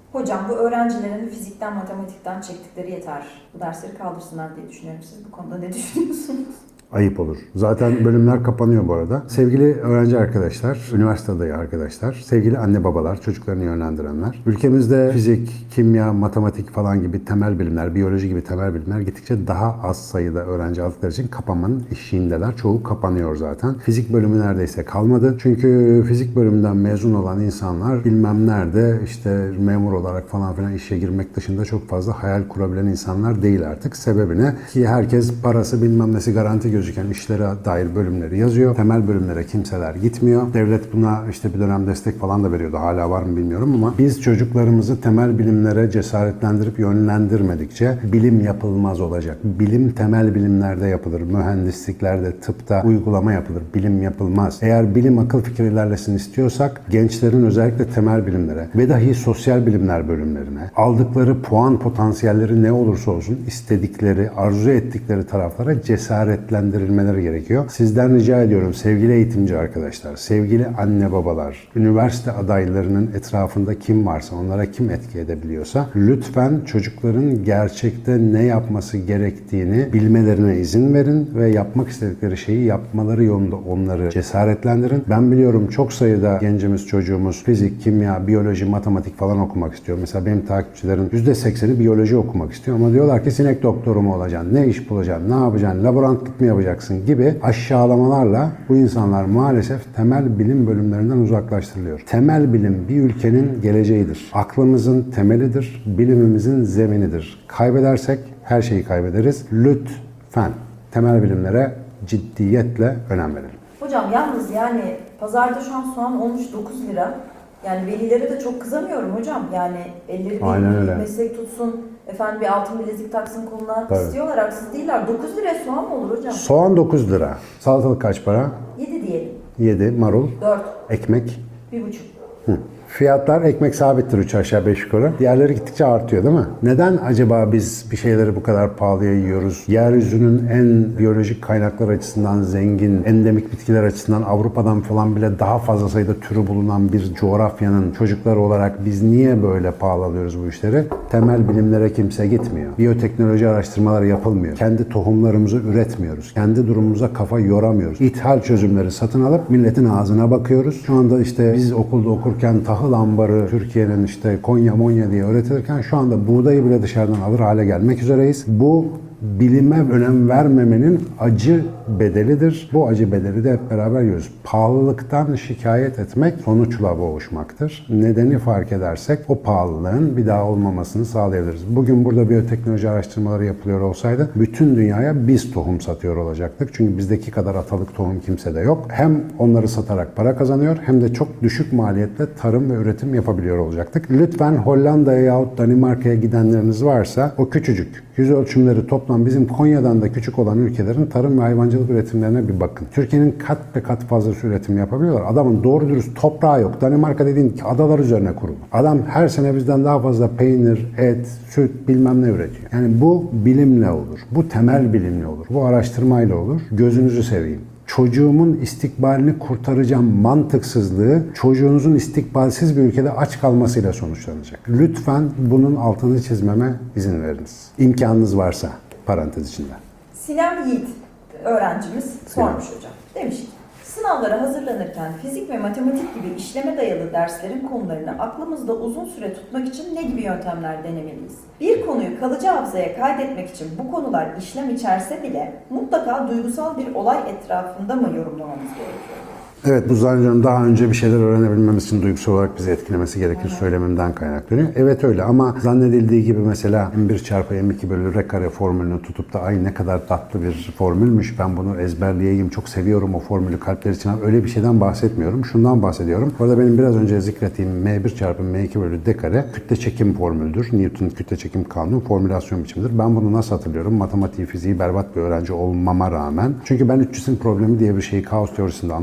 Hocam bu öğrencilerin fizikten, matematikten çektikleri yeter. Bu dersleri kaldırsınlar diye düşünüyorum. Siz bu konuda ne düşünüyorsunuz? Ayıp olur. Zaten bölümler kapanıyor bu arada. Sevgili öğrenci arkadaşlar, üniversite adayı arkadaşlar, sevgili anne babalar, çocuklarını yönlendirenler. Ülkemizde fizik, kimya, matematik falan gibi temel bilimler, biyoloji gibi temel bilimler gittikçe daha az sayıda öğrenci aldıkları için kapanmanın eşiğindeler. Çoğu kapanıyor zaten. Fizik bölümü neredeyse kalmadı. Çünkü fizik bölümünden mezun olan insanlar bilmem nerede işte memur olarak falan filan işe girmek dışında çok fazla hayal kurabilen insanlar değil artık. Sebebi ne? Ki herkes parası bilmem nesi garanti gözüken işlere dair bölümleri yazıyor. Temel bölümlere kimseler gitmiyor. Devlet buna işte bir dönem destek falan da veriyordu. Hala var mı bilmiyorum ama biz çocuklarımızı temel bilimlere cesaretlendirip yönlendirmedikçe bilim yapılmaz olacak. Bilim temel bilimlerde yapılır. Mühendisliklerde, tıpta uygulama yapılır. Bilim yapılmaz. Eğer bilim akıl fikir ilerlesin istiyorsak gençlerin özellikle temel bilimlere ve dahi sosyal bilimler bölümlerine aldıkları puan potansiyelleri ne olursa olsun istedikleri, arzu ettikleri taraflara cesaretlendirilmeleri gerekiyor. Sizden rica ediyorum sevgili eğitimci arkadaşlar, sevgili anne babalar, üniversite adaylarının etrafında kim varsa, onlara kim etki edebiliyorsa lütfen çocukların gerçekte ne yapması gerektiğini bilmelerine izin verin ve yapmak istedikleri şeyi yapmaları yolunda onları cesaretlendirin. Ben biliyorum çok sayıda gencimiz, çocuğumuz fizik, kimya, biyoloji, matematik falan okumak istiyor. Mesela benim takipçilerin %80'i biyoloji okumak istiyor ama diyorlar ki sinek doktoru mu olacaksın, ne iş bulacaksın, ne yapacaksın, laborantlık mı yapacaksın gibi aşağılamalarla bu insanlar maalesef temel bilim bölümlerinden uzaklaştırılıyor. Temel bilim bir ülkenin geleceğidir. Aklımızın temelidir, bilimimizin zeminidir. Kaybedersek her şeyi kaybederiz. Lütfen temel bilimlere ciddiyetle önem verelim. Hocam yalnız yani pazarda şu an soğan olmuş 9 lira. Yani velilere de çok kızamıyorum hocam. Yani elleri bir meslek tutsun, efendim bir altın bilezik taksın koluna istiyorlar, haksız değiller. 9 liraya soğan mı olur hocam? Soğan 9 lira. Salatalık kaç para? 7 diyelim. 7. Marul? 4. Ekmek? 1,5. Fiyatlar ekmek sabittir 3 aşağı 5 yukarı. Diğerleri gittikçe artıyor değil mi? Neden acaba biz bir şeyleri bu kadar pahalıya yiyoruz? Yeryüzünün en biyolojik kaynaklar açısından zengin, endemik bitkiler açısından Avrupa'dan falan bile daha fazla sayıda türü bulunan bir coğrafyanın çocukları olarak biz niye böyle pahalı alıyoruz bu işleri? Temel bilimlere kimse gitmiyor. Biyoteknoloji araştırmaları yapılmıyor. Kendi tohumlarımızı üretmiyoruz. Kendi durumumuza kafa yoramıyoruz. İthal çözümleri satın alıp milletin ağzına bakıyoruz. Şu anda işte biz okulda okurken tahıl ambarı Türkiye'nin işte Konya diye öğretilirken şu anda buğdayı bile dışarıdan alır hale gelmek üzereyiz. Bu bilime önem vermemenin acı bedelidir. Bu acı bedeli de hep beraber yiyoruz. Pahalılıktan şikayet etmek sonuçla boğuşmaktır. Nedeni fark edersek o pahalılığın bir daha olmamasını sağlayabiliriz. Bugün burada biyoteknoloji araştırmaları yapılıyor olsaydı bütün dünyaya biz tohum satıyor olacaktık. Çünkü bizdeki kadar atalık tohum kimsede yok. Hem onları satarak para kazanıyor hem de çok düşük maliyetle tarım ve üretim yapabiliyor olacaktık. Lütfen Hollanda'ya yahut Danimarka'ya gidenleriniz varsa o küçücük yüz ölçümleri toplam bizim Konya'dan da küçük olan ülkelerin tarım ve hayvancılık üretimlerine bir bakın. Türkiye'nin kat ve kat fazlası üretim yapabiliyorlar. Adamın doğru dürüst toprağı yok. Danimarka dediğin ki adalar üzerine kurulu. Adam her sene bizden daha fazla peynir, et, süt bilmem ne üretiyor. Yani bu bilimle olur. Bu temel bilimle olur. Bu araştırmayla olur. Gözünüzü seveyim. Çocuğumun istikbalini kurtaracağım mantıksızlığı çocuğunuzun istikbalsiz bir ülkede aç kalmasıyla sonuçlanacak. Lütfen bunun altını çizmeme izin veriniz. İmkanınız varsa parantez içinde. Sinem Yiğit öğrencimiz sormuş hocam. Demiş ki sınavlara hazırlanırken fizik ve matematik gibi işleme dayalı derslerin konularını aklımızda uzun süre tutmak için ne gibi yöntemler denemeliyiz? Bir konuyu kalıcı hafızaya kaydetmek için bu konular işlem içerse bile mutlaka duygusal bir olay etrafında mı yorumlamamız gerekiyor? Evet, bu zannediyorum daha önce bir şeyler öğrenebilmemiz için duygusal olarak bizi etkilemesi gerekir söylememden kaynaklanıyor. Evet öyle ama zannedildiği gibi mesela m1 çarpı m2 bölü r kare formülünü tutup da ay ne kadar tatlı bir formülmüş ben bunu ezberleyeyim çok seviyorum o formülü kalpler için öyle bir şeyden bahsetmiyorum. Şundan bahsediyorum. Bu arada benim biraz önce zikrettiğim m1 çarpı m2 bölü d kare kütle çekim formülüdür. Newton'un kütle çekim kanunu formülasyon biçimidir. Ben bunu nasıl hatırlıyorum? Matematiği, fiziği berbat bir öğrenci olmama rağmen. Çünkü ben 3 cisim problemi diye bir şeyi kaos teorisinde anlatırken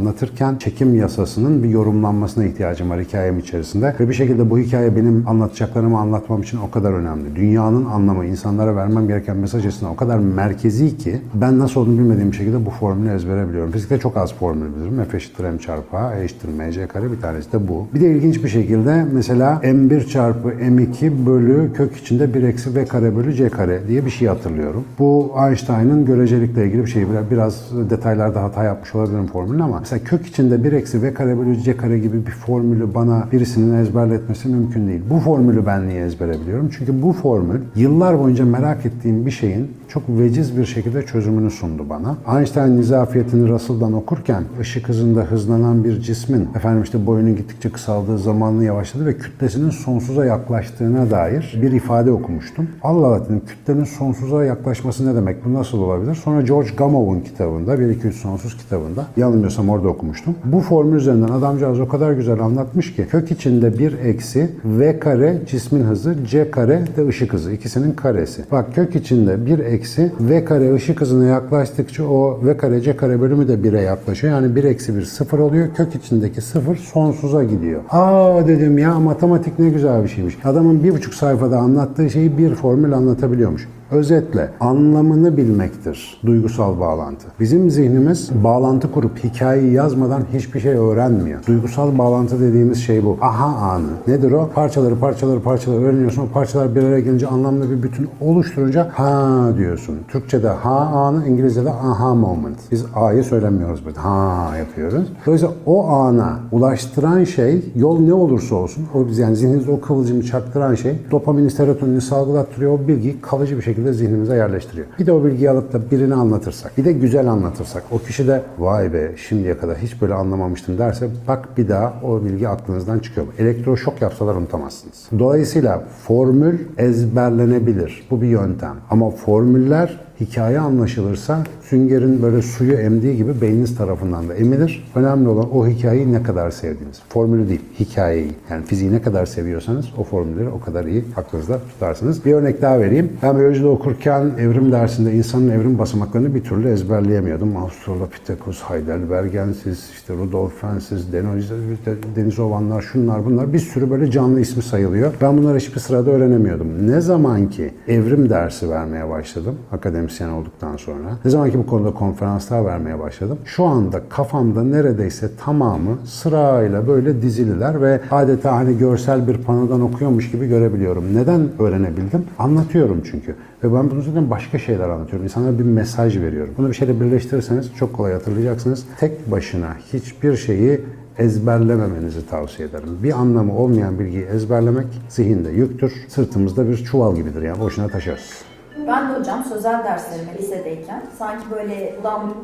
anlatırken çekim yasasının bir yorumlanmasına ihtiyacım var hikayem içerisinde. Ve bir şekilde bu hikaye benim anlatacaklarımı anlatmam için o kadar önemli. Dünyanın anlamı, insanlara vermem gereken mesaj açısından o kadar merkezi ki ben nasıl olduğunu bilmediğim bir şekilde bu formülü ezbere biliyorum. Fizikte çok az formül bilirim. F eşittir m çarpı a, e eşittir mc kare, bir tanesi de bu. Bir de ilginç bir şekilde mesela m1 çarpı m2 bölü kök içinde 1 eksi v kare bölü c kare diye bir şey hatırlıyorum. Bu Einstein'ın görecelikle ilgili bir şey. Biraz detaylarda hata yapmış olabilirim formülün ama mesela kök içinde 1 eksi v kare bölü c kare gibi bir formülü bana birisinin ezberletmesi mümkün değil. Bu formülü ben niye ezbere biliyorum? Çünkü bu formül yıllar boyunca merak ettiğim bir şeyin çok veciz bir şekilde çözümünü sundu bana. Einstein nizafiyetini Russell'dan okurken ışık hızında hızlanan bir cismin boyunun gittikçe kısaldığı, zamanını yavaşladı ve kütlesinin sonsuza yaklaştığına dair bir ifade okumuştum. Allah Allah dedim, kütlenin sonsuza yaklaşması ne demek? Bu nasıl olabilir? Sonra George Gamov'un kitabında, 1-2-3 Sonsuz kitabında, yanılmıyorsam orada okumuştum. Bu formül üzerinden adamcağız o kadar güzel anlatmış ki kök içinde 1 eksi v kare cismin hızı, c kare de ışık hızı. İkisinin karesi. Bak, kök içinde 1 eksi v kare ışık hızına yaklaştıkça o v kare c kare bölümü de 1'e yaklaşıyor. Yani 1 eksi 1 0 oluyor. Kök içindeki 0 sonsuza gidiyor. Aa dedim ya, matematik ne güzel bir şeymiş. Adamın 1,5 sayfada anlattığı şeyi bir formül anlatabiliyormuş. Özetle anlamını bilmektir duygusal bağlantı. Bizim zihnimiz bağlantı kurup hikayeyi yazmadan hiçbir şey öğrenmiyor. Duygusal bağlantı dediğimiz şey bu. Aha anı. Nedir o? Parçaları öğreniyorsun. O parçalar bir araya gelince anlamlı bir bütün oluşturunca ha diyorsun. Türkçe'de ha anı, İngilizce'de aha moment. Biz a'yı söylemiyoruz böyle. Ha yapıyoruz. Dolayısıyla o ana ulaştıran şey, yol ne olursa olsun, o yani zihninizde o kıvılcımı çaktıran şey dopamini, serotonini salgılattırıyor. O bilgiyi kalıcı bir şekilde zihnimize yerleştiriyor. Bir de o bilgiyi alıp da birine anlatırsak, bir de güzel anlatırsak, o kişi de vay be şimdiye kadar hiç böyle anlamamıştım derse, bak bir daha o bilgi aklınızdan çıkıyor. Elektroşok yapsalar unutamazsınız. Dolayısıyla formül ezberlenebilir. Bu bir yöntem. Ama formüller hikaye anlaşılırsa süngerin böyle suyu emdiği gibi beyniniz tarafından da emilir. Önemli olan o hikayeyi ne kadar sevdiğiniz. Formülü değil, hikayeyi. Yani fiziği ne kadar seviyorsanız o formülleri o kadar iyi aklınızda tutarsınız. Bir örnek daha vereyim. Ben biyolojide okurken evrim dersinde insanın evrim basamaklarını bir türlü ezberleyemiyordum. Australopithecus, Heidelbergensis, Rudolf Fensis, Denisovanlar, şunlar bunlar, bir sürü böyle canlı ismi sayılıyor. Ben bunları hiçbir sırada öğrenemiyordum. Ne zaman ki evrim dersi vermeye başladım, akademisyen olduktan sonra, ne zaman ki bu konuda konferanslar vermeye başladım, şu anda kafamda neredeyse tamamı sırayla böyle dizililer ve adeta hani görsel bir panodan okuyormuş gibi görebiliyorum. Neden öğrenebildim? Anlatıyorum çünkü. Ve ben bunun üzerinden başka şeyler anlatıyorum. İnsanlara bir mesaj veriyorum. Bunu bir şeyle birleştirirseniz çok kolay hatırlayacaksınız. Tek başına hiçbir şeyi ezberlememenizi tavsiye ederim. Bir anlamı olmayan bilgiyi ezberlemek zihinde yüktür. Sırtımızda bir çuval gibidir, yani boşuna taşırız. Ben de hocam sözel derslerime lisedeyken sanki böyle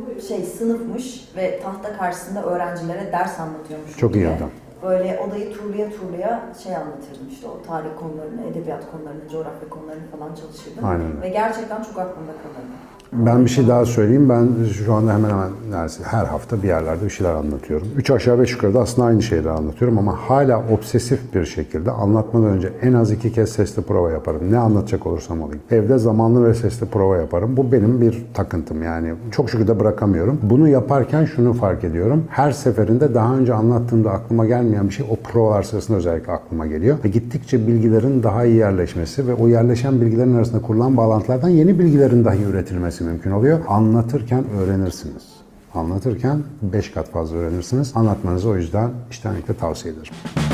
sınıfmış ve tahta karşısında öğrencilere ders anlatıyormuş. Çok iyi adam. Böyle odayı turluya anlatırdım işte, o tarih konularını, edebiyat konularını, coğrafya konularını falan çalışırdım. Aynen. Ve gerçekten çok aklımda kalırdı. Ben bir şey daha söyleyeyim. Ben şu anda hemen neredeyse her hafta bir yerlerde bir şeyler anlatıyorum. 3 aşağı 5 yukarıda aslında aynı şeyleri anlatıyorum ama hala obsesif bir şekilde anlatmadan önce en az 2 kez sesli prova yaparım. Ne anlatacak olursam olayım. Evde zamanlı ve sesli prova yaparım. Bu benim bir takıntım, yani çok şükür de bırakamıyorum. Bunu yaparken şunu fark ediyorum. Her seferinde daha önce anlattığımda aklıma gelmeyen bir şey o provalar sırasında özellikle aklıma geliyor. Ve gittikçe bilgilerin daha iyi yerleşmesi ve o yerleşen bilgilerin arasında kurulan bağlantılardan yeni bilgilerin dahi üretilmesi mümkün oluyor. Anlatırken öğrenirsiniz. Anlatırken 5 kat fazla öğrenirsiniz. Anlatmanızı o yüzden içtenlikle tavsiye ederim.